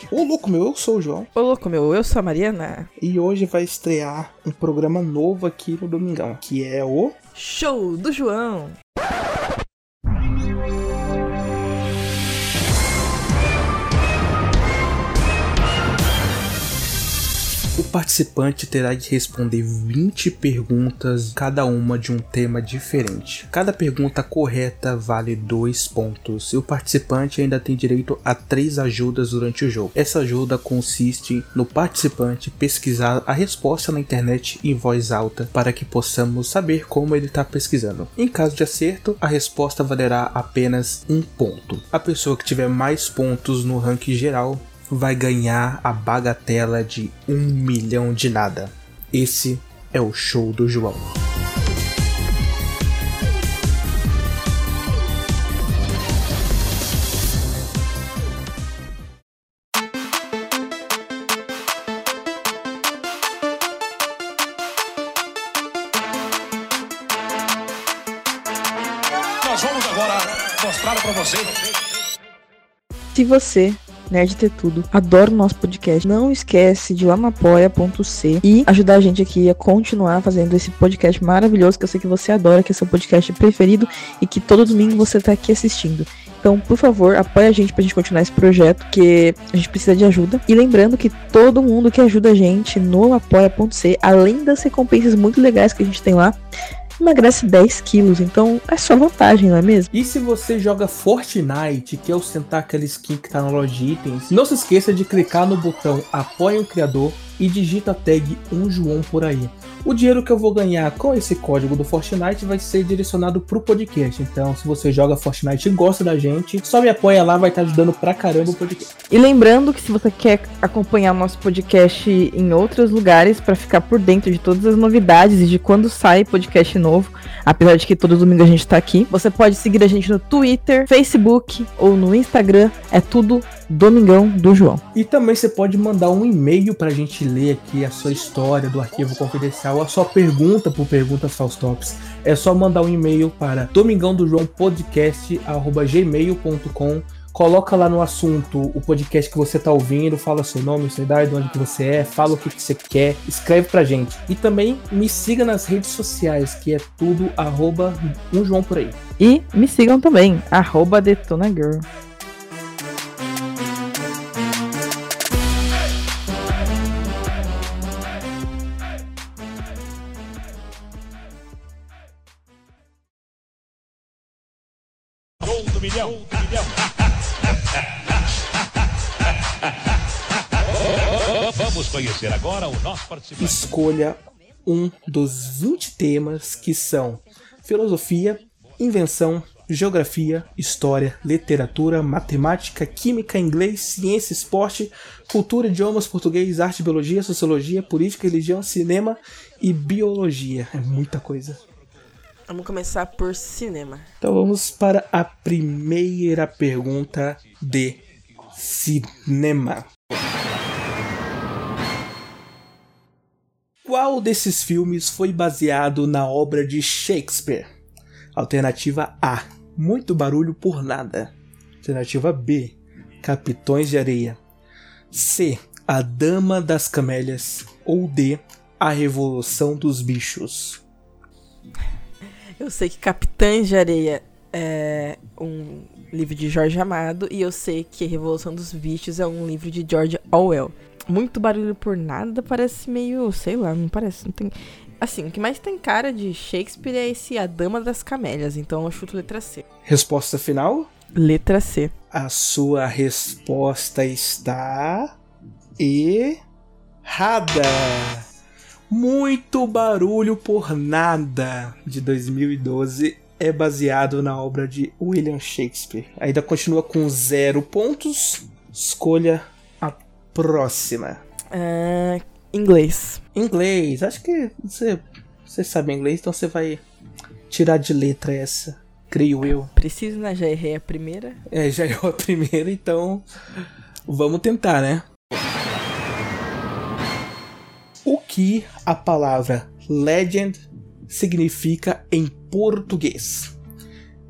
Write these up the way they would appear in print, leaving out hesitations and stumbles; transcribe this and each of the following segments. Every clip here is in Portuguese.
Ô louco meu, eu sou o João. Ô louco meu, eu sou a Mariana. E hoje vai estrear um programa novo aqui no Domingão, que é o... Show do João. O participante terá que responder 20 perguntas, cada uma de um tema diferente. Cada pergunta correta vale 2 pontos. E o participante ainda tem direito a 3 ajudas durante o jogo. Essa ajuda consiste no participante pesquisar a resposta na internet em voz alta, para que possamos saber como ele está pesquisando. Em caso de acerto, a resposta valerá apenas 1 ponto. A pessoa que tiver mais pontos no ranking geral vai ganhar a bagatela de 1 milhão de nada. Esse é o show do João. Nós vamos agora mostrar para você. Se você, Nerd Ter Tudo, adora o nosso podcast, não esquece de ir lá no apoia.c e ajudar a gente aqui a continuar fazendo esse podcast maravilhoso que eu sei que você adora, que é seu podcast preferido e que todo domingo você tá aqui assistindo. Então, por favor, apoia a gente pra gente continuar esse projeto, que a gente precisa de ajuda. E lembrando que todo mundo que ajuda a gente no apoia.c, além das recompensas muito legais que a gente tem lá, emagrece 10 quilos, então é só vantagem, não é mesmo? E se você joga Fortnite e quer ostentar aquela skin que tá na loja de itens, não se esqueça de clicar no botão Apoie o Criador e digita a tag João por aí. O dinheiro que eu vou ganhar com esse código do Fortnite vai ser direcionado pro podcast. Então, se você joga Fortnite e gosta da gente, só me apoia lá, vai estar ajudando pra caramba o podcast. E lembrando que se você quer acompanhar o nosso podcast em outros lugares para ficar por dentro de todas as novidades e de quando sai podcast novo, apesar de que todo domingo a gente tá aqui, você pode seguir a gente no Twitter, Facebook ou no Instagram, é tudo Domingão do João. E também você pode mandar um e-mail pra gente ler aqui a sua história do arquivo confidencial, a sua pergunta pro Perguntas Faustops. É só mandar um e-mail para domingãodojoãopodcast@gmail.com. Coloca lá no assunto o podcast que você tá ouvindo, fala seu nome, sua idade, de onde que você é, fala o que você quer, escreve pra gente. E também me siga nas redes sociais, que é tudo @João por aí. E me sigam também, @DetonaGirl. Vamos conhecer agora o nosso participante. Escolha um dos 20 temas que são filosofia, invenção, geografia, história, literatura, matemática, química, inglês, ciência, esporte, cultura, idiomas, português, arte, biologia, sociologia, política, religião, cinema e biologia. É muita coisa. Vamos começar por cinema. Então vamos para a primeira pergunta de cinema. Qual desses filmes foi baseado na obra de Shakespeare? Alternativa A, Muito Barulho por Nada. Alternativa B, Capitões de Areia. C, A Dama das Camélias. Ou D, A Revolução dos Bichos. Eu sei que Capitães de Areia é um livro de Jorge Amado e eu sei que Revolução dos Bichos é um livro de George Orwell. Muito Barulho por Nada parece meio, sei lá, não parece, não tem... Assim, o que mais tem cara de Shakespeare é esse A Dama das Camélias, então eu chuto letra C. Resposta final? Letra C. A sua resposta está errada. Muito Barulho por Nada, de 2012, é baseado na obra de William Shakespeare. Ainda continua com 0 pontos. Escolha a próxima. Inglês. Inglês. Acho que você sabe inglês, então você vai tirar de letra essa, creio eu. Preciso, né? Já errei a primeira. Já errou a primeira, então vamos tentar, né? O que a palavra legend significa em português?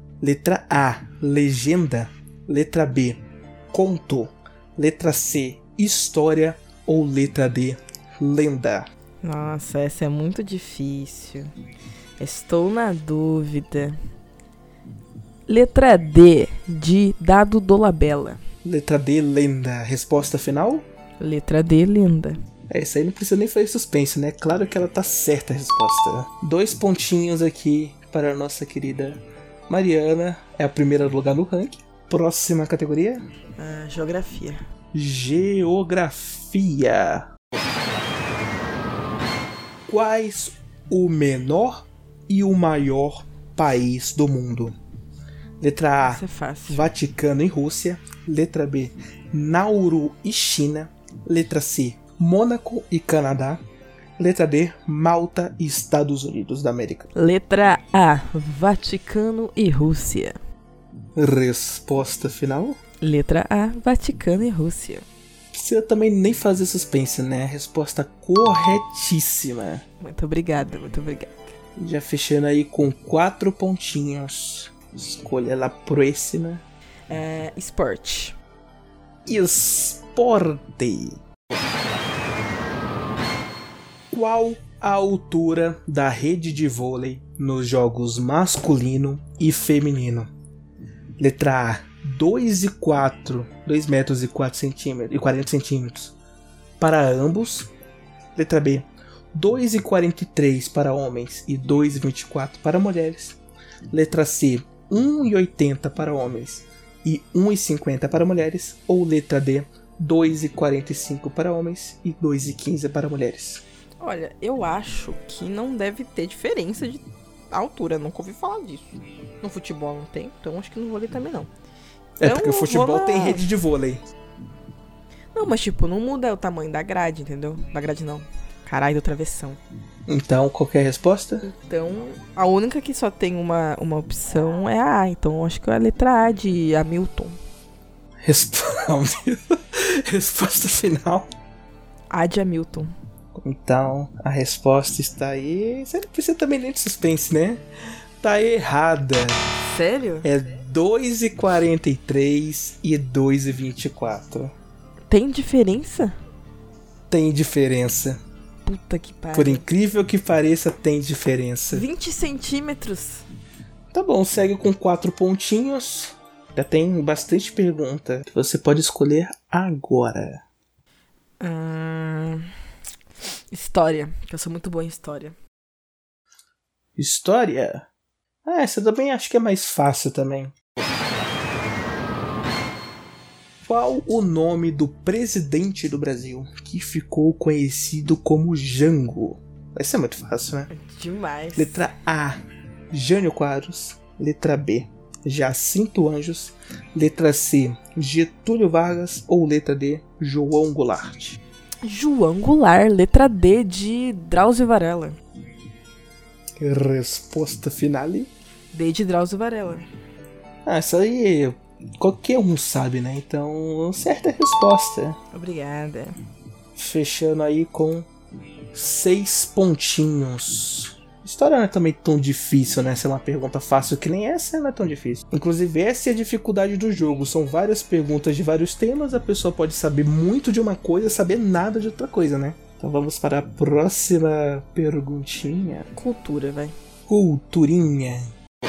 Letra A, legenda. Letra B, conto. Letra C, história ou letra D, lenda? Nossa, essa é muito difícil. Estou na dúvida. Letra D, de Dado Dolabella. Letra D, lenda. Resposta final? Letra D, lenda. Essa aí não precisa nem fazer suspense, né? Claro que ela tá certa a resposta. 2 pontinhos aqui para a nossa querida Mariana. É a primeira lugar no ranking. Próxima categoria? Geografia. Geografia. Quais o menor e o maior país do mundo? Letra A, Isso é fácil. Vaticano e Rússia. Letra B, Nauru e China. Letra C, Mônaco e Canadá. Letra D, Malta e Estados Unidos da América. Letra A, Vaticano e Rússia. Resposta final? Letra A, Vaticano e Rússia. Precisa também nem fazer suspense, né? Resposta corretíssima. Muito obrigada, muito obrigada. Já fechando aí com 4 pontinhos. Escolha lá próxima. Esporte. Esporte. Qual a altura da rede de vôlei nos jogos masculino e feminino? Letra A, 2 metros e 40 centímetros para ambos. Letra B, 2,43 para homens e 2,24 para mulheres. Letra C, 1,80 para homens e 1,50 para mulheres. Ou letra D, 2,45 para homens e 2,15 para mulheres. Olha, eu acho que não deve ter diferença de altura, nunca ouvi falar disso. No futebol não tem, então acho que no vôlei também não. É Então, porque o futebol tem rede de vôlei. Não, mas tipo, não muda o tamanho da grade, entendeu? Da grade não. Caralho, do travessão. Então, qualquer resposta? Então, a única que só tem uma opção é a A. Então, acho que é a letra A de Hamilton. Resposta final. A de Hamilton. Então, a resposta está aí. Você não precisa também nem de suspense, né? Tá errada. Sério? É 2,43 e 2,24. Tem diferença? Tem diferença. Puta que pariu. Por incrível que pareça, tem diferença. 20 centímetros? Tá bom, segue com 4 pontinhos. Já tem bastante pergunta. Você pode escolher agora. História, que eu sou muito boa em história. História? Essa também acho que é mais fácil também. Qual o nome do presidente do Brasil que ficou conhecido como Jango? Vai ser muito fácil, né? Demais. Letra A, Jânio Quadros. Letra B, Jacinto Anjos. Letra C, Getúlio Vargas. Ou letra D, João Goulart. João Goulart, letra D de Drauzio Varela. Resposta finale? D de Drauzio Varela. Essa aí qualquer um sabe, né? Então, certa resposta. Obrigada. Fechando aí com 6 pontinhos. História não é também tão difícil, né? Se é uma pergunta fácil que nem essa, não é tão difícil. Inclusive, essa é a dificuldade do jogo. São várias perguntas de vários temas. A pessoa pode saber muito de uma coisa e saber nada de outra coisa, né? Então vamos para a próxima perguntinha. Cultura, vai. Culturinha.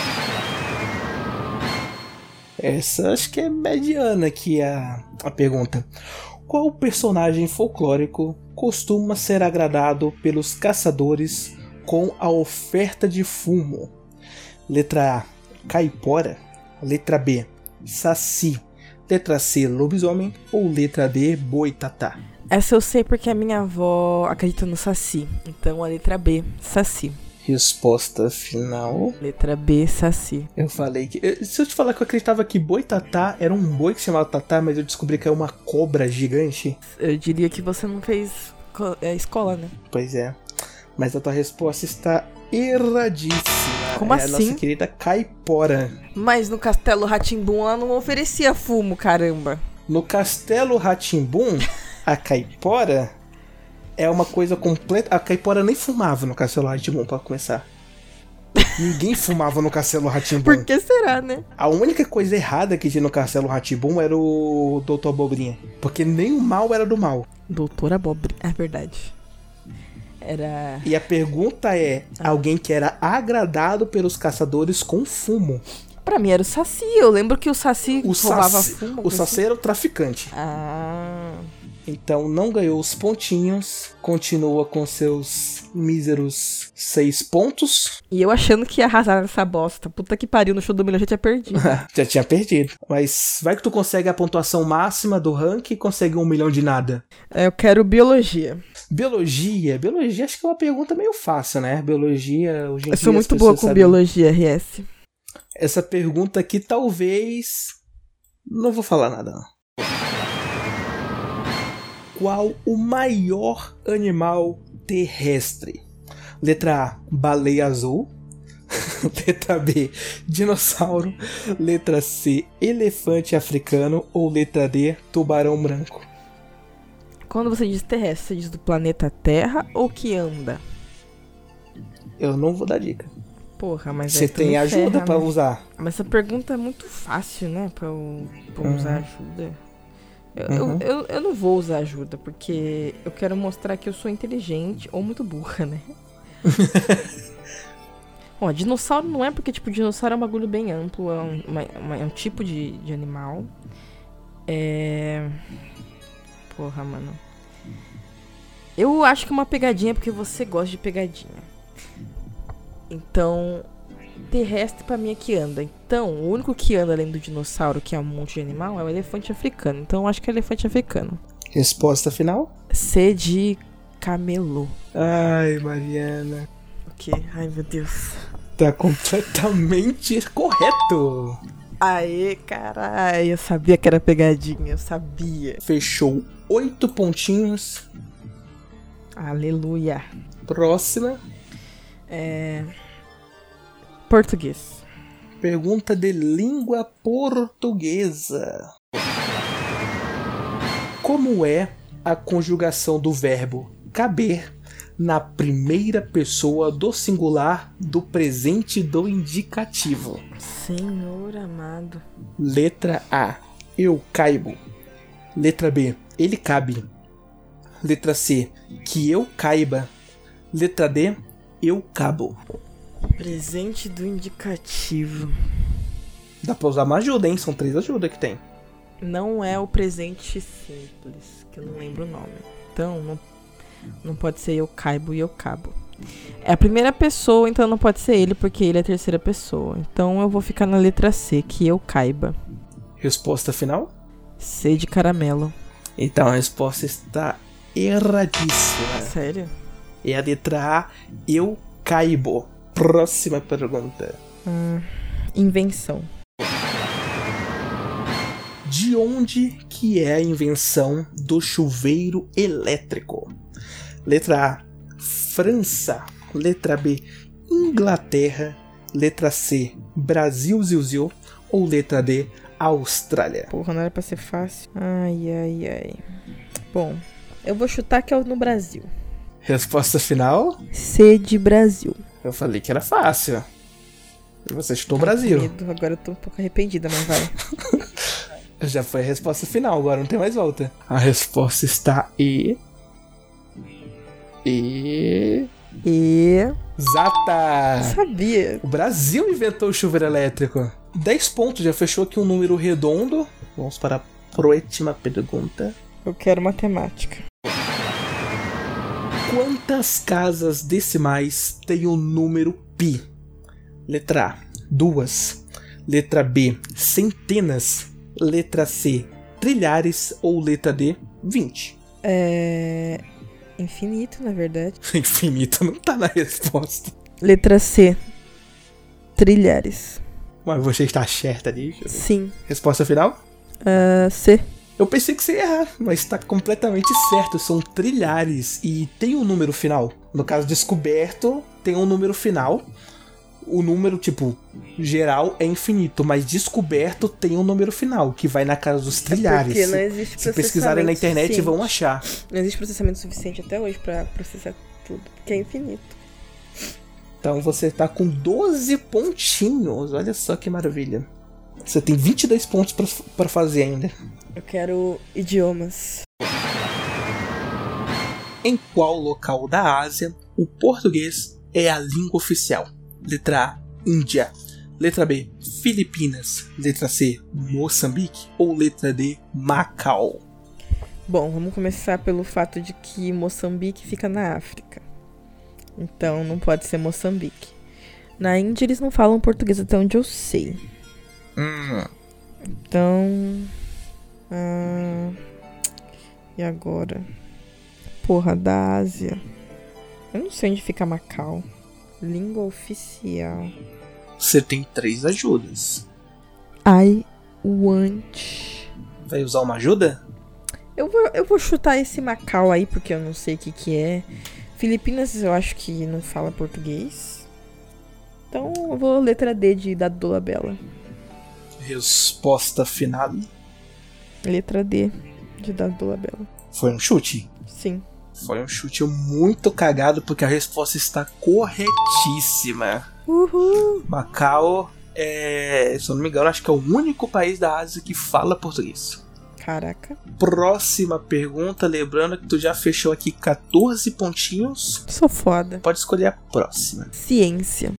Essa acho que é mediana aqui a pergunta. Qual personagem folclórico costuma ser agradado pelos caçadores com a oferta de fumo? Letra A, caipora. Letra B, saci. Letra C, lobisomem. Ou letra D, boitatá? Essa eu sei porque a minha avó acredita no saci. Então a letra B, saci. Resposta final. Letra B, saci. Eu falei que... Se eu te falar que eu acreditava que boitatá era um boi que se chamava tatá, mas eu descobri que é uma cobra gigante. Eu diria que você não fez escola, né? Pois é. Mas a tua resposta está erradíssima. Como assim? É a nossa querida caipora. Mas no Castelo Rá-Tim-Bum ela não oferecia fumo, caramba. No Castelo Rá-Tim-Bum, a caipora é uma coisa completa. A caipora nem fumava no Castelo Rá-Tim-Bum, pra começar. Ninguém fumava no Castelo Rá-Tim-Bum. Por que será, né? A única coisa errada que tinha no Castelo Rá-Tim-Bum era o Doutor Abobrinha. Porque nem o mal era do mal. Doutor Abobrinha. É verdade. Era... E a pergunta é, alguém que era agradado pelos caçadores com fumo. Pra mim era o Saci. Eu lembro que o Saci roubava Saci, fumo. o Saci era o traficante. Ah... Então não ganhou os pontinhos. Continua com seus míseros 6 pontos. E eu achando que ia arrasar nessa bosta. Puta que pariu, no show do milhão eu já tinha perdido. Já tinha perdido. Mas vai que tu consegue a pontuação máxima do ranking e consegue 1 milhão de nada. Eu quero biologia. Biologia acho que é uma pergunta meio fácil, né? Biologia, hoje em dia Eu sou muito boa com biologia, RS. Essa pergunta aqui talvez... Não vou falar nada, não. Qual o maior animal terrestre? Letra A, baleia azul. Letra B, dinossauro. Letra C, elefante africano. Ou letra D, tubarão branco. Quando você diz terrestre, você diz do planeta Terra ou que anda? Eu não vou dar dica. Porra, mas você tem ajuda pra usar. Mas essa pergunta é muito fácil, né? Pra usar ajuda. Eu não vou usar ajuda, porque eu quero mostrar que eu sou inteligente ou muito burra, né? Ó, dinossauro não é porque, tipo, dinossauro é um bagulho bem amplo, é um tipo de animal. Porra, mano. Eu acho que é uma pegadinha porque você gosta de pegadinha. Então, terrestre pra mim é que anda. Então, o único que anda além do dinossauro, que é um monte de animal, é o elefante africano. Então, eu acho que é elefante africano. Resposta final? C de camelô. Ai, Mariana. O quê? Ai, meu Deus. Tá completamente correto. Aê, caralho. Eu sabia que era pegadinha. Eu sabia. Fechou 8 pontinhos. Aleluia. Próxima. Português. Pergunta de língua portuguesa. Como é a conjugação do verbo caber na primeira pessoa do singular do presente do indicativo? Senhor amado. Letra A, eu caibo. Letra B, ele cabe. Letra C, que eu caiba. Letra D, eu cabo. Presente do indicativo. Dá pra usar uma ajuda, hein? São 3 ajudas que tem. Não é o presente simples, que eu não lembro o nome. Então, não pode ser eu caibo e eu cabo. É a primeira pessoa, então não pode ser ele, porque ele é a terceira pessoa. Então eu vou ficar na letra C, que eu caiba. Resposta final? C de caramelo. Então a resposta está erradíssima. Sério? É a letra A, eu caibo. Próxima pergunta. Invenção. De onde que é a invenção do chuveiro elétrico? Letra A, França. Letra B, Inglaterra. Letra C, Brasil, Zil. Ou letra D, Austrália. Porra, não era pra ser fácil. Ai. Bom, eu vou chutar que é no Brasil. Resposta final? C de Brasil. Eu falei que era fácil. Você chutou Brasil. Medo. Agora eu tô um pouco arrependida, mas vai. Já foi a resposta final, agora não tem mais volta. A resposta está Exata! Sabia. O Brasil inventou o chuveiro elétrico. 10 pontos, já fechou aqui um número redondo. Vamos para a próxima pergunta. Eu quero matemática. Quantas casas decimais tem o número π? Letra A, 2. Letra B, centenas. Letra C, trilhares. Ou letra D, 20. Infinito, na verdade. Infinito não tá na resposta. Letra C, trilhares. Mas você está certa disso? Sim. Resposta final? C. Eu pensei que você ia errar, mas está completamente certo. São trilhares e tem um número final. No caso, descoberto tem um número final. O número, tipo, geral é infinito, mas descoberto tem um número final, que vai na casa dos trilhares. Porque não existe Se pesquisarem na internet, suficiente. vão achar. Não existe processamento suficiente até hoje pra processar tudo, porque é infinito. Então você tá com 12 pontinhos. Olha só que maravilha. Você tem 22 pontos pra fazer ainda. Eu quero idiomas. Em qual local da Ásia o português é a língua oficial? Letra A, Índia. Letra B, Filipinas. Letra C, Moçambique. Ou letra D, Macau? Bom, vamos começar pelo fato de que Moçambique fica na África. Então não pode ser Moçambique. Na Índia eles não falam português até onde eu sei. Então... e agora? Porra, da Ásia. Eu não sei onde fica Macau. Língua oficial. Você tem 3 ajudas. I want... Vai usar uma ajuda? Eu vou chutar esse Macau aí, porque eu não sei o que é. Filipinas eu acho que não fala português. Então eu vou letra D de da Dolabella. Resposta final. Letra D de da Dolabella. Foi um chute? Sim. Foi um chute muito cagado, porque a resposta está corretíssima. Uhul! Macau é, se eu não me engano, acho que é o único país da Ásia que fala português. Caraca. Próxima pergunta, lembrando que tu já fechou aqui 14 pontinhos. Sou foda. Pode escolher a próxima. Ciência.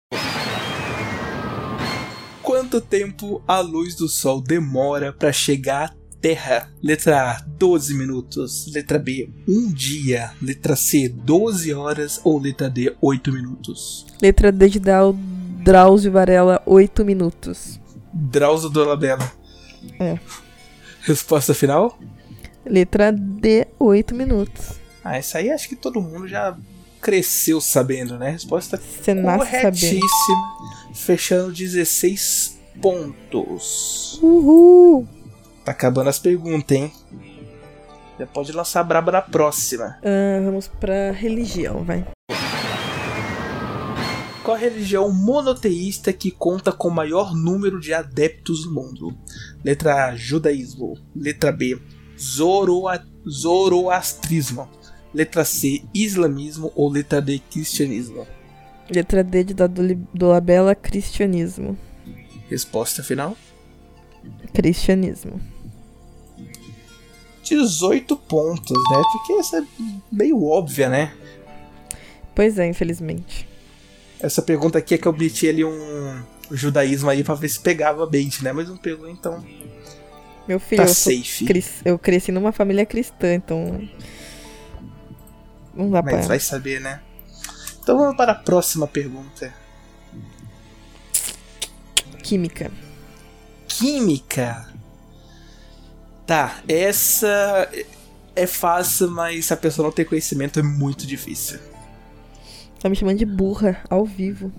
Quanto tempo a luz do sol demora para chegar à Terra? Letra A, 12 minutos. Letra B, 1 dia. Letra C, 12 horas. Ou letra D, 8 minutos? Letra D de Drauzio Varela, 8 minutos. Drauzio Dolabella. É. Resposta final? Letra D, 8 minutos. Ah, isso aí acho que todo mundo já cresceu sabendo, né? Resposta Você nasce corretíssima. sabendo. Fechando 16 pontos. Uhul! Tá acabando as perguntas, hein? Já pode lançar a braba na próxima. Vamos pra religião, vai. Qual a religião monoteísta que conta com o maior número de adeptos no mundo? Letra A, judaísmo. Letra B, zoroastrismo. Letra C, islamismo. Ou letra D, cristianismo? Letra D de Dolabella, cristianismo. Resposta final? Cristianismo. 18 pontos, né? Porque essa é meio óbvia, né? Pois é, infelizmente. Essa pergunta aqui é que eu meti ali um judaísmo aí pra ver se pegava bait, né? Mas não pegou, então Meu filho, tá safe. Eu cresci numa família cristã, então... Não dá pra... Mas vai saber, né? Então vamos para a próxima pergunta. Química. Química. Tá, essa é fácil, mas se a pessoa não tem conhecimento é muito difícil. Tá me chamando de burra, ao vivo.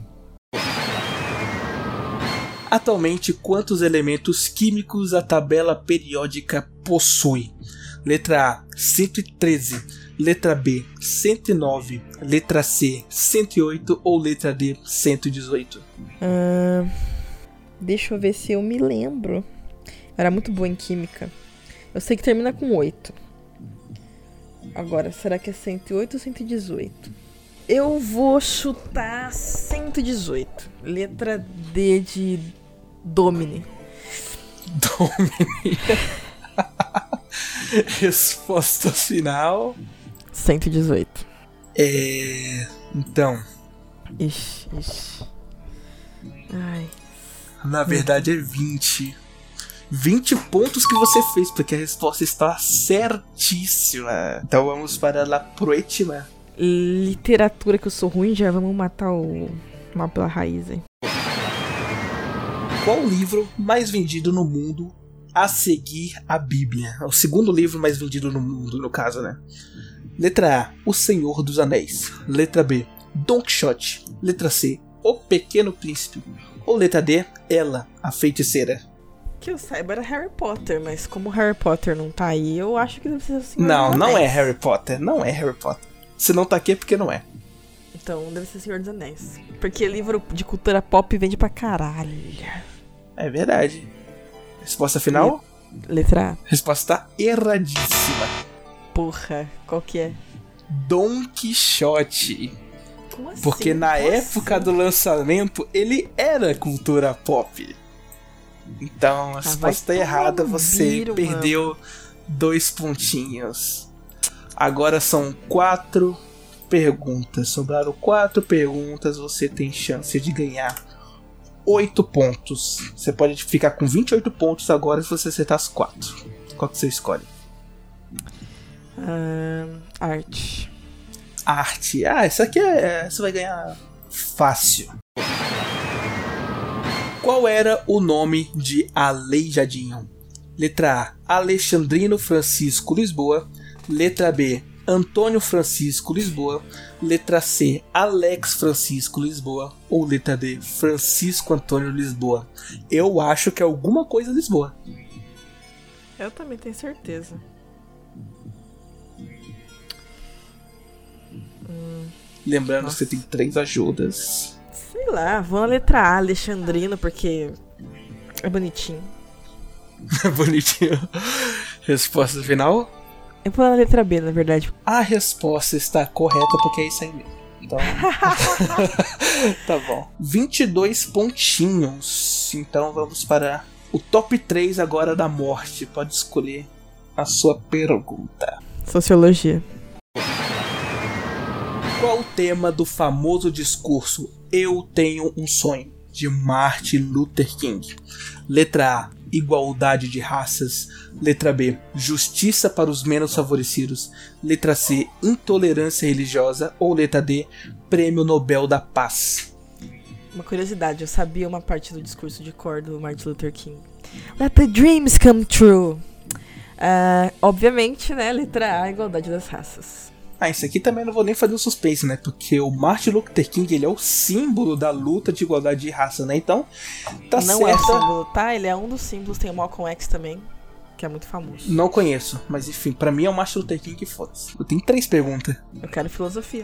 Atualmente, quantos elementos químicos a tabela periódica possui? Letra A, 113. Letra B, 109. Letra C, 108. Ou letra D, 118? Deixa eu ver se eu me lembro. Eu era muito boa em química. Eu sei que termina com 8. Agora, será que é 108 ou 118? Eu vou chutar 118. Letra D de Domini. Domini. Resposta final. 118. Então. Ixi. Ai. Na verdade é 20. 20 pontos que você fez, porque a resposta está certíssima. Então vamos para a próxima. Literatura, que eu sou ruim, já vamos matar o mal pela raiz, hein? Qual o livro mais vendido no mundo a seguir a Bíblia? É o segundo livro mais vendido no mundo, no caso, né? Letra A, O Senhor dos Anéis. Letra B, Don Quixote. Letra C, O Pequeno Príncipe. Ou letra D, Ela, a Feiticeira. Que eu saiba era Harry Potter, mas como Harry Potter não tá aí, eu acho que deve ser o Senhor Não, dos não é Anéis. Harry Potter. Não é Harry Potter. Se não tá aqui é porque não é. Então deve ser Senhor dos Anéis. Porque livro de cultura pop vende pra caralho. É verdade. Resposta final? Letra A. Resposta erradíssima. Porra, qual que é? Don Quixote. Como assim? Porque na Como época assim? do lançamento, ele era cultura pop. Então, a resposta vai errada, tomar um você biro, perdeu 2 pontinhos. Agora são 4 perguntas. Sobraram 4 perguntas, você tem chance de ganhar 8 pontos. Você pode ficar com 28 pontos agora se você acertar as 4. Qual que você escolhe? Arte. Arte. Ah, essa aqui você vai ganhar fácil. Qual era o nome de Aleijadinho? Letra A, Alexandrino Francisco Lisboa. Letra B, Antônio Francisco Lisboa. Letra C, Alex Francisco Lisboa. Ou letra D, Francisco Antônio Lisboa. Eu acho que é alguma coisa Lisboa. Eu também tenho certeza. Lembrando Nossa. que você tem 3 ajudas. Sei lá, vou na letra A, Alexandrino, porque é bonitinho. Bonitinho. Resposta final? Eu vou na letra B, na verdade. A resposta está correta porque é isso aí mesmo. Então, tá bom. 22 pontinhos. Então vamos para o top 3 agora da morte. Pode escolher a sua pergunta. Sociologia. Qual o tema do famoso discurso Eu Tenho um Sonho, de Martin Luther King? Letra A, igualdade de raças. Letra B, justiça para os menos favorecidos. Letra C, intolerância religiosa. Ou letra D, Prêmio Nobel da Paz. Uma curiosidade, eu sabia uma parte do discurso de cor do Martin Luther King. Let the dreams come true. Obviamente, né, letra A, igualdade das raças. Ah, isso aqui também não vou nem fazer o suspense, né? Porque o Martin Luther King, ele é o símbolo da luta de igualdade de raça, né? Então, tá certo. Não é o símbolo, tá? Ele é um dos símbolos, tem o Malcolm X também, que é muito famoso. Não conheço, mas enfim, pra mim é o Martin Luther King que foda-se. Eu tenho 3 perguntas. Eu quero filosofia.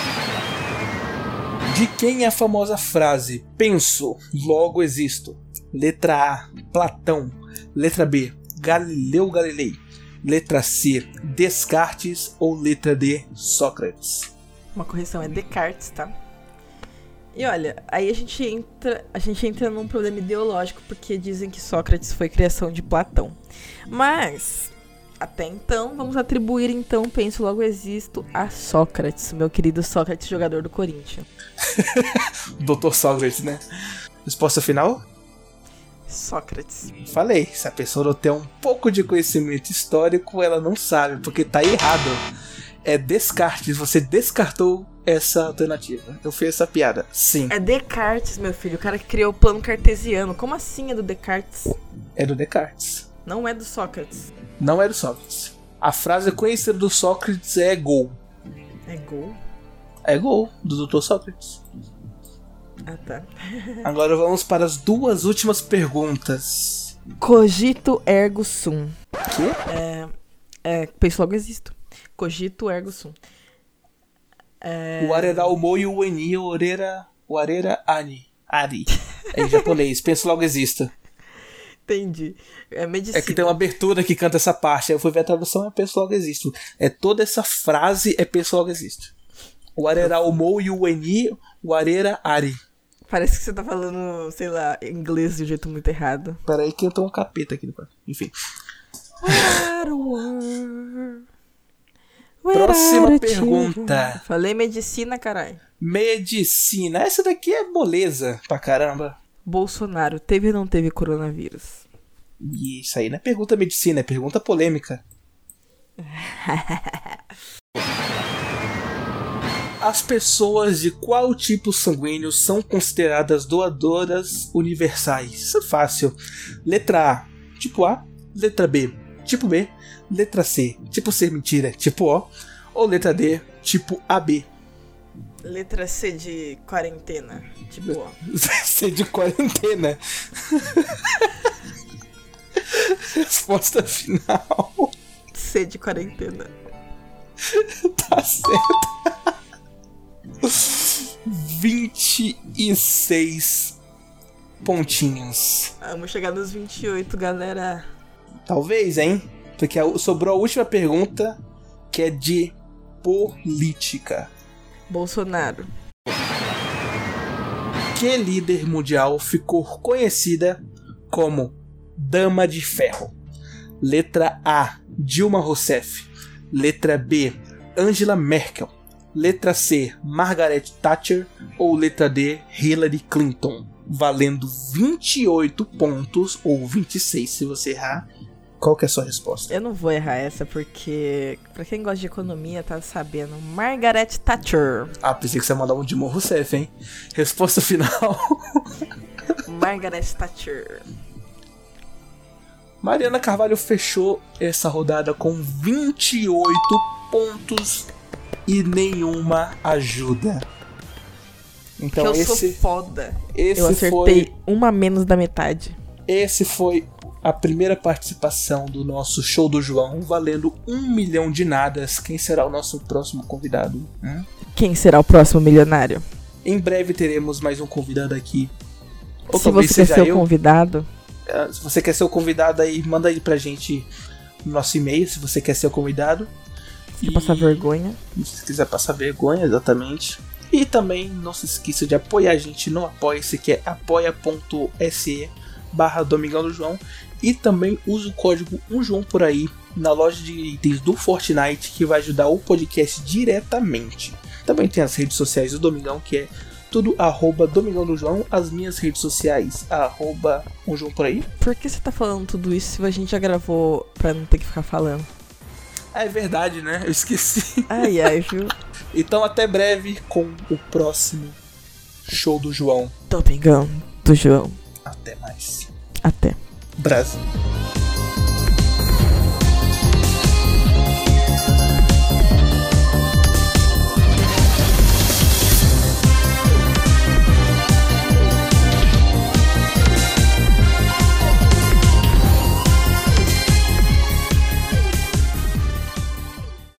De quem é a famosa frase penso, logo existo? Letra A, Platão. Letra B, Galileu Galilei. Letra C, Descartes. Ou letra D, Sócrates? Uma correção, é Descartes, tá? E olha, aí a gente entra num problema ideológico, porque dizem que Sócrates foi criação de Platão. Mas, até então, vamos atribuir então, penso logo existo, a Sócrates, meu querido Sócrates, jogador do Corinthians. Dr. Sócrates, né? Resposta final? Sócrates. Falei, se a pessoa não tem um pouco de conhecimento histórico, ela não sabe, porque tá errado. É Descartes, você descartou essa alternativa. Eu fiz essa piada, sim. É Descartes, meu filho, o cara que criou o plano cartesiano. Como assim é do Descartes? É do Descartes. Não é do Sócrates. Não é do Sócrates. A frase conhecida do Sócrates é gol. É gol? É gol, do Dr. Sócrates. Ah, tá. Agora vamos para as 2 últimas perguntas. Cogito ergo sum. Quê? Penso logo existo. Cogito ergo sum. O arera umo e o eni, o arera ani. Ari. É em japonês, penso logo exista. Entendi. É medicina. É que tem uma abertura que canta essa parte. Aí eu fui ver a tradução, é penso logo existo. É toda essa frase é penso logo existo. O arera umo e o eni, o arera ari. Parece que você tá falando, sei lá, inglês de um jeito muito errado. Pera aí que entrou um capeta aqui depois. Enfim. Próxima pergunta. Falei medicina, caralho. Medicina. Essa daqui é moleza pra caramba. Bolsonaro teve ou não teve coronavírus? E isso aí não é pergunta medicina, é pergunta polêmica. As pessoas de qual tipo sanguíneo são consideradas doadoras universais? Isso é fácil. Letra A, tipo A. Letra B, tipo B. Letra C, tipo C, mentira, tipo O. Ou letra D, tipo AB. Letra C de quarentena, tipo O. C de quarentena. Resposta final. C de quarentena. Tá certo. 26 pontinhos. Vamos chegar nos 28, galera. Talvez, hein? Porque sobrou a última pergunta, que é de política. Bolsonaro. Que líder mundial ficou conhecida como Dama de Ferro? Letra A, Dilma Rousseff. Letra B, Angela Merkel. Letra C, Margaret Thatcher. Ou letra D, Hillary Clinton. Valendo 28 pontos ou 26 se você errar. Qual que é a sua resposta? Eu não vou errar essa porque, pra quem gosta de economia, tá sabendo. Margaret Thatcher. Ah, pensei que você ia mandar um Dilma Rousseff, hein? Resposta final. Margaret Thatcher. Mariana Carvalho fechou essa rodada com 28 pontos e nenhuma ajuda. Então eu sou foda. Esse eu acertei uma menos da metade. Esse foi a primeira participação do nosso Show do João, valendo 1 milhão de nadas. Quem será o nosso próximo convidado? Quem será o próximo milionário? Em breve teremos mais um convidado aqui. Ou se você quer ser o convidado... Se você quer ser o convidado aí, manda aí pra gente no nosso e-mail, se você quer ser o convidado. Se quer passar vergonha. Se quiser passar vergonha, exatamente. E também não se esqueça de apoiar a gente no Apoia-se, que é apoia.se/Domingão do João. E também use o código UJOão por aí na loja de itens do Fortnite, que vai ajudar o podcast diretamente. Também tem as redes sociais do Domingão, que é tudo @Domingão do João. As minhas redes sociais, @UJoão por aí. Por que você tá falando tudo isso se a gente já gravou pra não ter que ficar falando? É verdade, né? Eu esqueci. Ai, viu? Então até breve com o próximo Show do João. Domingão do João. Até mais. Até. Brasil.